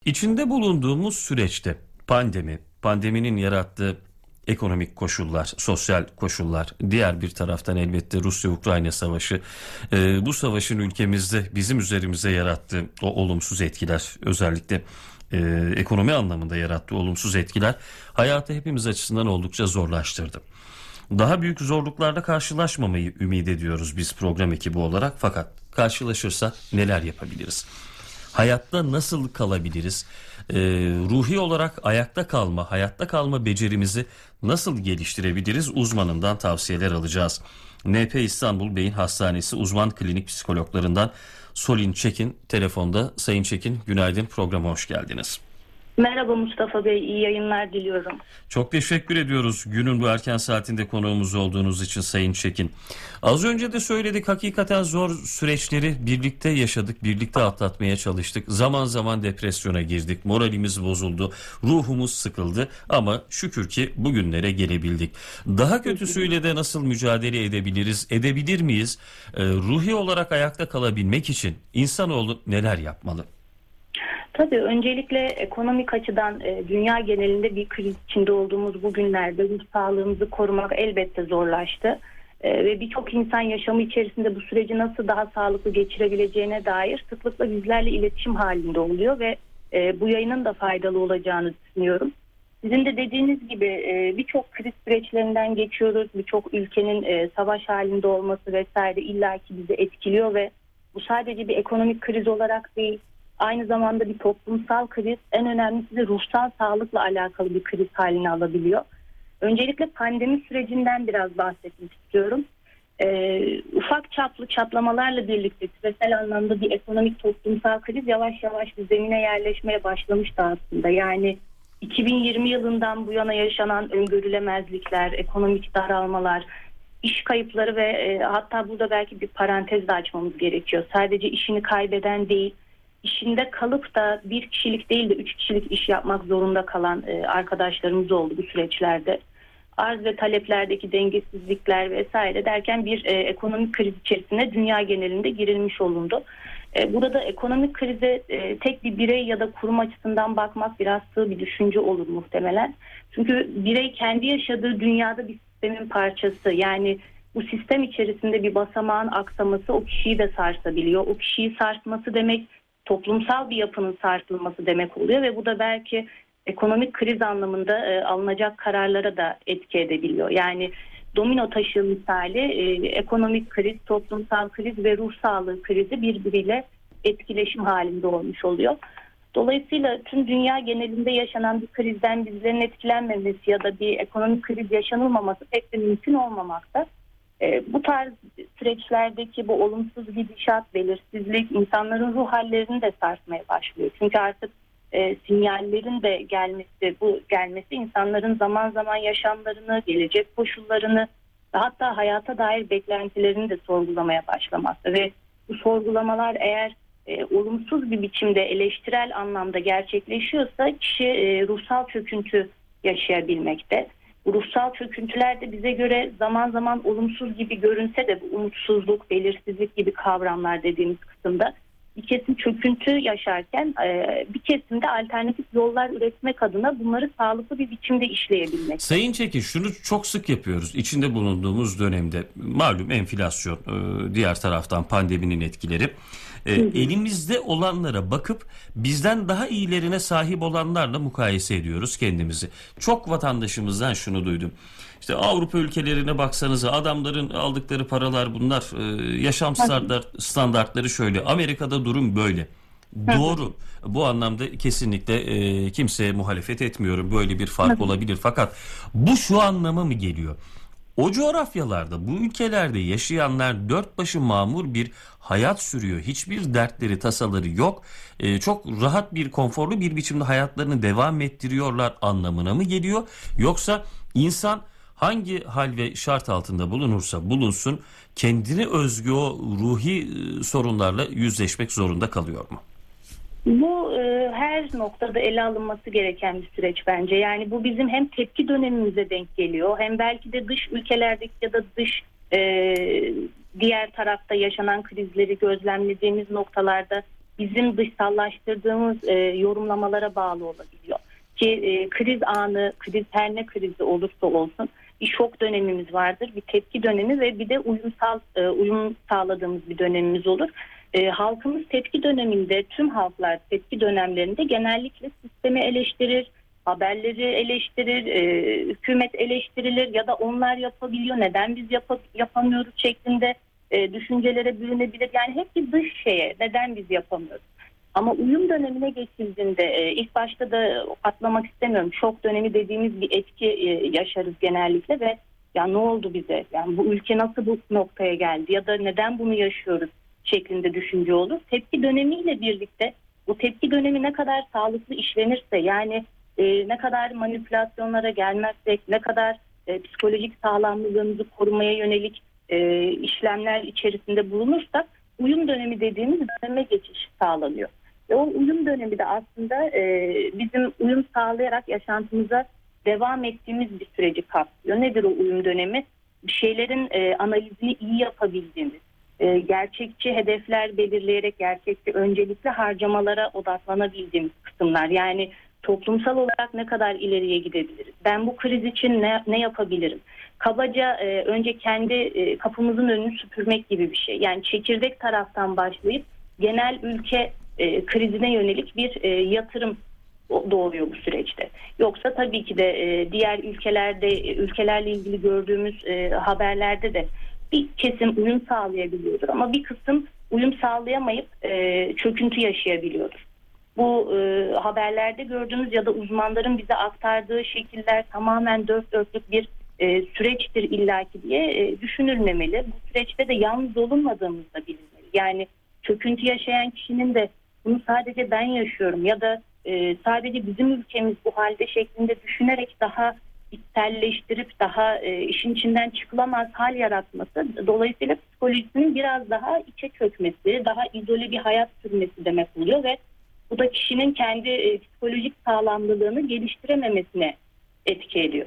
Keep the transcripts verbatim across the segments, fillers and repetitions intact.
İçinde bulunduğumuz süreçte pandemi, pandeminin yarattığı ekonomik koşullar, sosyal koşullar, diğer bir taraftan elbette Rusya-Ukrayna savaşı, e, bu savaşın ülkemizde bizim üzerimize yarattığı o olumsuz etkiler, özellikle e, ekonomi anlamında yarattığı olumsuz etkiler hayatı hepimiz açısından oldukça zorlaştırdı. Daha büyük zorluklarla karşılaşmamayı ümit ediyoruz biz program ekibi olarak, fakat karşılaşırsak neler yapabiliriz? Hayatta nasıl kalabiliriz? Ee, ruhi olarak ayakta kalma, hayatta kalma becerimizi nasıl geliştirebiliriz? Uzmanından tavsiyeler alacağız. N P İstanbul Beyin Hastanesi uzman klinik psikologlarından Solin Çekin telefonda. Sayın Çekin, günaydın, programa hoş geldiniz. Merhaba Mustafa Bey, iyi yayınlar diliyorum. Çok teşekkür ediyoruz günün bu erken saatinde konuğumuz olduğunuz için Sayın Çekin. Az önce de söyledik, hakikaten zor süreçleri birlikte yaşadık, birlikte atlatmaya çalıştık. Zaman zaman depresyona girdik, moralimiz bozuldu, ruhumuz sıkıldı ama şükür ki bugünlere gelebildik. Daha kötüsüyle de nasıl mücadele edebiliriz, edebilir miyiz? Ee, ruhi olarak ayakta kalabilmek için insanoğlu neler yapmalı? Tabii öncelikle ekonomik açıdan e, dünya genelinde bir kriz içinde olduğumuz bu günlerde ruh sağlığımızı korumak elbette zorlaştı. E, ve birçok insan yaşamı içerisinde bu süreci nasıl daha sağlıklı geçirebileceğine dair sıklıkla bizlerle iletişim halinde oluyor ve e, bu yayının da faydalı olacağını düşünüyorum. Sizin de dediğiniz gibi e, birçok kriz süreçlerinden geçiyoruz. Birçok ülkenin e, savaş halinde olması vesaire illaki bizi etkiliyor ve bu sadece bir ekonomik kriz olarak değil, aynı zamanda bir toplumsal kriz, en önemlisi de ruhsal sağlıkla alakalı bir kriz halini alabiliyor. Öncelikle pandemi sürecinden biraz bahsetmek istiyorum. Ee, ufak çaplı çatlamalarla birlikte küresel anlamda bir ekonomik toplumsal kriz yavaş yavaş bir zemine yerleşmeye başlamıştı aslında. Yani iki bin yirmi yılından bu yana yaşanan öngörülemezlikler, ekonomik daralmalar, iş kayıpları ve e, hatta burada belki bir parantez de açmamız gerekiyor. Sadece işini kaybeden değil, İşinde kalıp da bir kişilik değil de üç kişilik iş yapmak zorunda kalan e, arkadaşlarımız oldu bu süreçlerde. Arz ve taleplerdeki dengesizlikler vesaire derken bir e, ekonomik kriz içerisine dünya genelinde girilmiş olundu. E, burada ekonomik krize e, tek bir birey ya da kurum açısından bakmak biraz sığ bir düşünce olur muhtemelen. Çünkü birey kendi yaşadığı dünyada bir sistemin parçası, yani bu sistem içerisinde bir basamağın aksaması o kişiyi de sarsabiliyor. O kişiyi sarsması demek toplumsal bir yapının sarsılması demek oluyor ve bu da belki ekonomik kriz anlamında e, alınacak kararlara da etki edebiliyor. Yani domino taşı misali e, ekonomik kriz, toplumsal kriz ve ruh sağlığı krizi birbiriyle etkileşim halinde olmuş oluyor. Dolayısıyla tüm dünya genelinde yaşanan bir krizden bizlerin etkilenmemesi ya da bir ekonomik kriz yaşanılmaması pek de mümkün olmamakta. E, bu tarz süreçlerdeki bu olumsuz gidişat, belirsizlik insanların ruh hallerini de sarsmaya başlıyor. Çünkü artık e, sinyallerin de gelmesi, bu gelmesi insanların zaman zaman yaşamlarını, gelecek koşullarını ve hatta hayata dair beklentilerini de sorgulamaya başlamakta. Ve bu sorgulamalar eğer e, olumsuz bir biçimde eleştirel anlamda gerçekleşiyorsa kişi e, ruhsal çöküntü yaşayabilmekte. Bu ruhsal çöküntüler de bize göre zaman zaman olumsuz gibi görünse de bu umutsuzluk, belirsizlik gibi kavramlar dediğimiz kısımda bir kesim çöküntü yaşarken bir kesim de alternatif yollar üretmek adına bunları sağlıklı bir biçimde işleyebilmek. Sayın Çekin, şunu çok sık yapıyoruz içinde bulunduğumuz dönemde, malum enflasyon, diğer taraftan pandeminin etkileri. E, elimizde olanlara bakıp bizden daha iyilerine sahip olanlarla mukayese ediyoruz kendimizi. Çok vatandaşımızdan şunu duydum. İşte Avrupa ülkelerine baksanıza, adamların aldıkları paralar bunlar, e, yaşam standart, standartları şöyle, Amerika'da durum böyle. Doğru. Bu anlamda kesinlikle e, kimseye muhalefet etmiyorum. Böyle bir fark olabilir. Fakat bu şu anlama mı geliyor? O coğrafyalarda, bu ülkelerde yaşayanlar dört başı mamur bir hayat sürüyor. Hiçbir dertleri, tasaları yok. Ee, çok rahat bir, konforlu bir biçimde hayatlarını devam ettiriyorlar anlamına mı geliyor? Yoksa insan hangi hal ve şart altında bulunursa bulunsun kendine özgü o ruhi sorunlarla yüzleşmek zorunda kalıyor mu? Bu e, her noktada ele alınması gereken bir süreç bence. Yani bu bizim hem tepki dönemimize denk geliyor, hem belki de dış ülkelerdeki ya da dış e, diğer tarafta yaşanan krizleri gözlemlediğimiz noktalarda bizim dışsallaştırdığımız e, yorumlamalara bağlı olabiliyor. Ki e, kriz anı, kriz her ne krizi olursa olsun bir şok dönemimiz vardır, bir tepki dönemi ve bir de uyumsal e, uyum sağladığımız bir dönemimiz olur. E, halkımız tepki döneminde, tüm halklar tepki dönemlerinde genellikle sistemi eleştirir, haberleri eleştirir, e, hükümet eleştirilir ya da onlar yapabiliyor, neden biz yap- yapamıyoruz şeklinde e, düşüncelere bürünebilir. Yani hep bir dış şeye, neden biz yapamıyoruz. Ama uyum dönemine geçildiğinde e, ilk başta da atlamak istemiyorum. Şok dönemi dediğimiz bir etki e, yaşarız genellikle ve ya ne oldu bize? Yani bu ülke nasıl bu noktaya geldi ya da neden bunu yaşıyoruz şeklinde düşünce olur. Tepki dönemiyle birlikte bu tepki dönemi ne kadar sağlıklı işlenirse, yani e, ne kadar manipülasyonlara gelmezsek, ne kadar e, psikolojik sağlamlığımızı korumaya yönelik e, işlemler içerisinde bulunursak uyum dönemi dediğimiz döneme geçiş sağlanıyor. Ve o uyum dönemi de aslında e, bizim uyum sağlayarak yaşantımıza devam ettiğimiz bir süreci kapsıyor. Nedir o uyum dönemi? Bir şeylerin e, analizini iyi yapabildiğimiz, e, gerçekçi hedefler belirleyerek gerçekçi öncelikli harcamalara odaklanabildiğimiz kısımlar. Yani toplumsal olarak ne kadar ileriye gidebiliriz? Ben bu kriz için ne, ne yapabilirim? Kabaca e, önce kendi e, kapımızın önünü süpürmek gibi bir şey. Yani çekirdek taraftan başlayıp genel ülke e, krizine yönelik bir e, yatırım doğuyor bu süreçte. Yoksa tabii ki de e, diğer ülkelerde e, ülkelerle ilgili gördüğümüz e, haberlerde de bir kesim uyum sağlayabiliyordur ama bir kısım uyum sağlayamayıp e, çöküntü yaşayabiliyordur. Bu e, haberlerde gördüğümüz ya da uzmanların bize aktardığı şekiller tamamen dört dörtlük bir e, süreçtir illaki diye e, düşünülmemeli. Bu süreçte de yalnız olunmadığımız da bilinmeli. Yani çöküntü yaşayan kişinin de bunu sadece ben yaşıyorum ya da e, sadece bizim ülkemiz bu halde şeklinde düşünerek daha içselleştirip daha e, işin içinden çıkılamaz hal yaratması, dolayısıyla psikolojisinin biraz daha içe çökmesi, daha izole bir hayat sürmesi demek oluyor ve bu da kişinin kendi e, psikolojik sağlamlılığını geliştirememesine etki ediyor.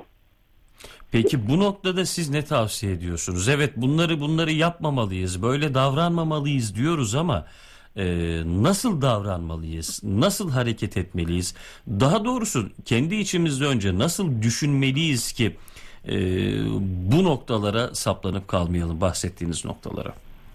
Peki bu noktada siz ne tavsiye ediyorsunuz? Evet, bunları bunları yapmamalıyız, böyle davranmamalıyız diyoruz ama e, nasıl davranmalıyız? Nasıl hareket etmeliyiz? Daha doğrusu kendi içimizde önce nasıl düşünmeliyiz ki e, bu noktalara saplanıp kalmayalım, bahsettiğiniz noktalara?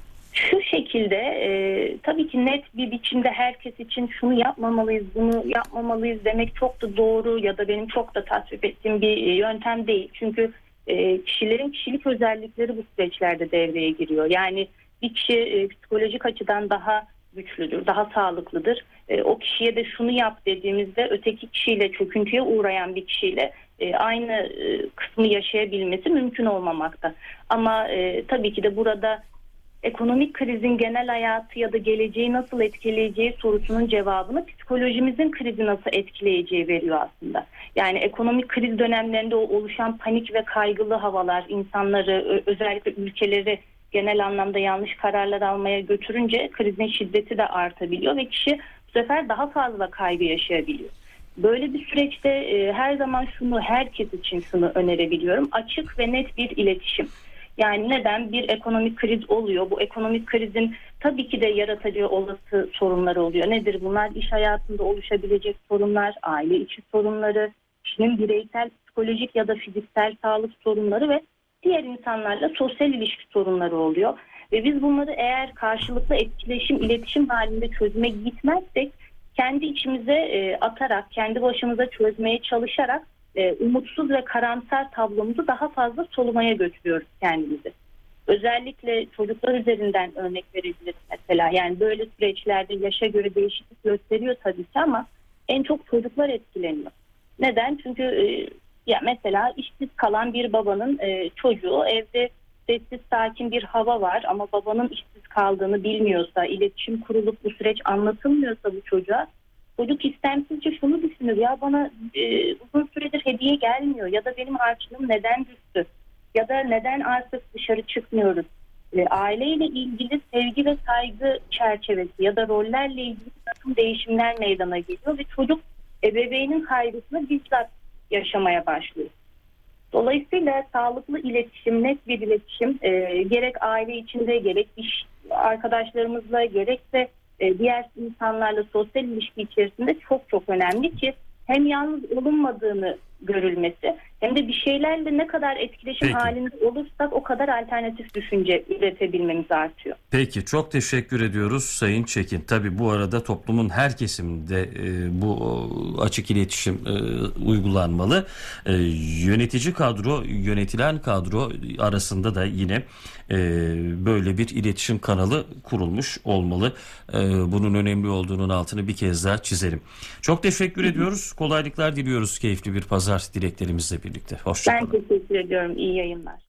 Şu şekilde e, tabii ki net bir biçimde herkes için şunu yapmamalıyız, bunu yapmamalıyız demek çok da doğru ya da benim çok da tasvip ettiğim bir yöntem değil. Çünkü e, kişilerin kişilik özellikleri bu süreçlerde devreye giriyor. Yani bir kişi e, psikolojik açıdan daha güçlüdür, daha sağlıklıdır. E, o kişiye de şunu yap dediğimizde öteki kişiyle, çöküntüye uğrayan bir kişiyle e, aynı e, kısmı yaşayabilmesi mümkün olmamakta. Ama e, tabii ki de burada ekonomik krizin genel hayatı ya da geleceği nasıl etkileyeceği sorusunun cevabını psikolojimizin krizi nasıl etkileyeceği veriyor aslında. Yani ekonomik kriz dönemlerinde o oluşan panik ve kaygılı havalar insanları, özellikle ülkeleri genel anlamda yanlış kararlar almaya götürünce krizin şiddeti de artabiliyor ve kişi bu sefer daha fazla kaygı yaşayabiliyor. Böyle bir süreçte e, her zaman şunu, herkes için şunu önerebiliyorum: açık ve net bir iletişim. Yani neden bir ekonomik kriz oluyor? Bu ekonomik krizin tabii ki de yaratıcı olası sorunları oluyor. Nedir bunlar? İş hayatında oluşabilecek sorunlar, aile içi sorunları, kişinin bireysel, psikolojik ya da fiziksel sağlık sorunları ve diğer insanlarla sosyal ilişki sorunları oluyor. Ve biz bunları eğer karşılıklı etkileşim, iletişim halinde çözüme gitmezsek, kendi içimize e, atarak, kendi başımıza çözmeye çalışarak e, umutsuz ve karamsar tablomuzu daha fazla solumaya götürüyoruz kendimizi. Özellikle çocuklar üzerinden örnek verebiliriz mesela. Yani böyle süreçlerde yaşa göre değişiklik gösteriyor tabii ki ama en çok çocuklar etkileniyor. Neden? Çünkü e, ya mesela işsiz kalan bir babanın e, çocuğu, evde sessiz sakin bir hava var ama babanın işsiz kaldığını bilmiyorsa, iletişim kurulup bu süreç anlatılmıyorsa bu çocuğa, çocuk istemsizce şunu düşünür: ya bana e, uzun süredir hediye gelmiyor ya da benim harçlığım neden düştü ya da neden artık dışarı çıkmıyoruz. E, aileyle ilgili sevgi ve saygı çerçevesi ya da rollerle ilgili bir takım değişimler meydana geliyor ve çocuk ebeveynin kaygısını bizzat yaşamaya başlıyor. Dolayısıyla sağlıklı iletişim, net bir iletişim e, gerek aile içinde, gerek iş arkadaşlarımızla, gerekse e, diğer insanlarla sosyal ilişki içerisinde çok çok önemli ki hem yalnız olunmadığını görülmesi hem de bir şeylerle ne kadar etkileşim Peki. halinde olursak o kadar alternatif düşünce üretebilmemiz artıyor. Peki, çok teşekkür ediyoruz Sayın Çekin. Tabii bu arada toplumun her kesiminde e, bu açık iletişim e, uygulanmalı. E, yönetici kadro, yönetilen kadro arasında da yine e, böyle bir iletişim kanalı kurulmuş olmalı. E, bunun önemli olduğunun altını bir kez daha çizelim. Çok teşekkür ediyoruz. Kolaylıklar diliyoruz keyifli bir pazar dileklerimizle birlikte. Hoşçakalın. Ben teşekkür ediyorum. İyi yayınlar.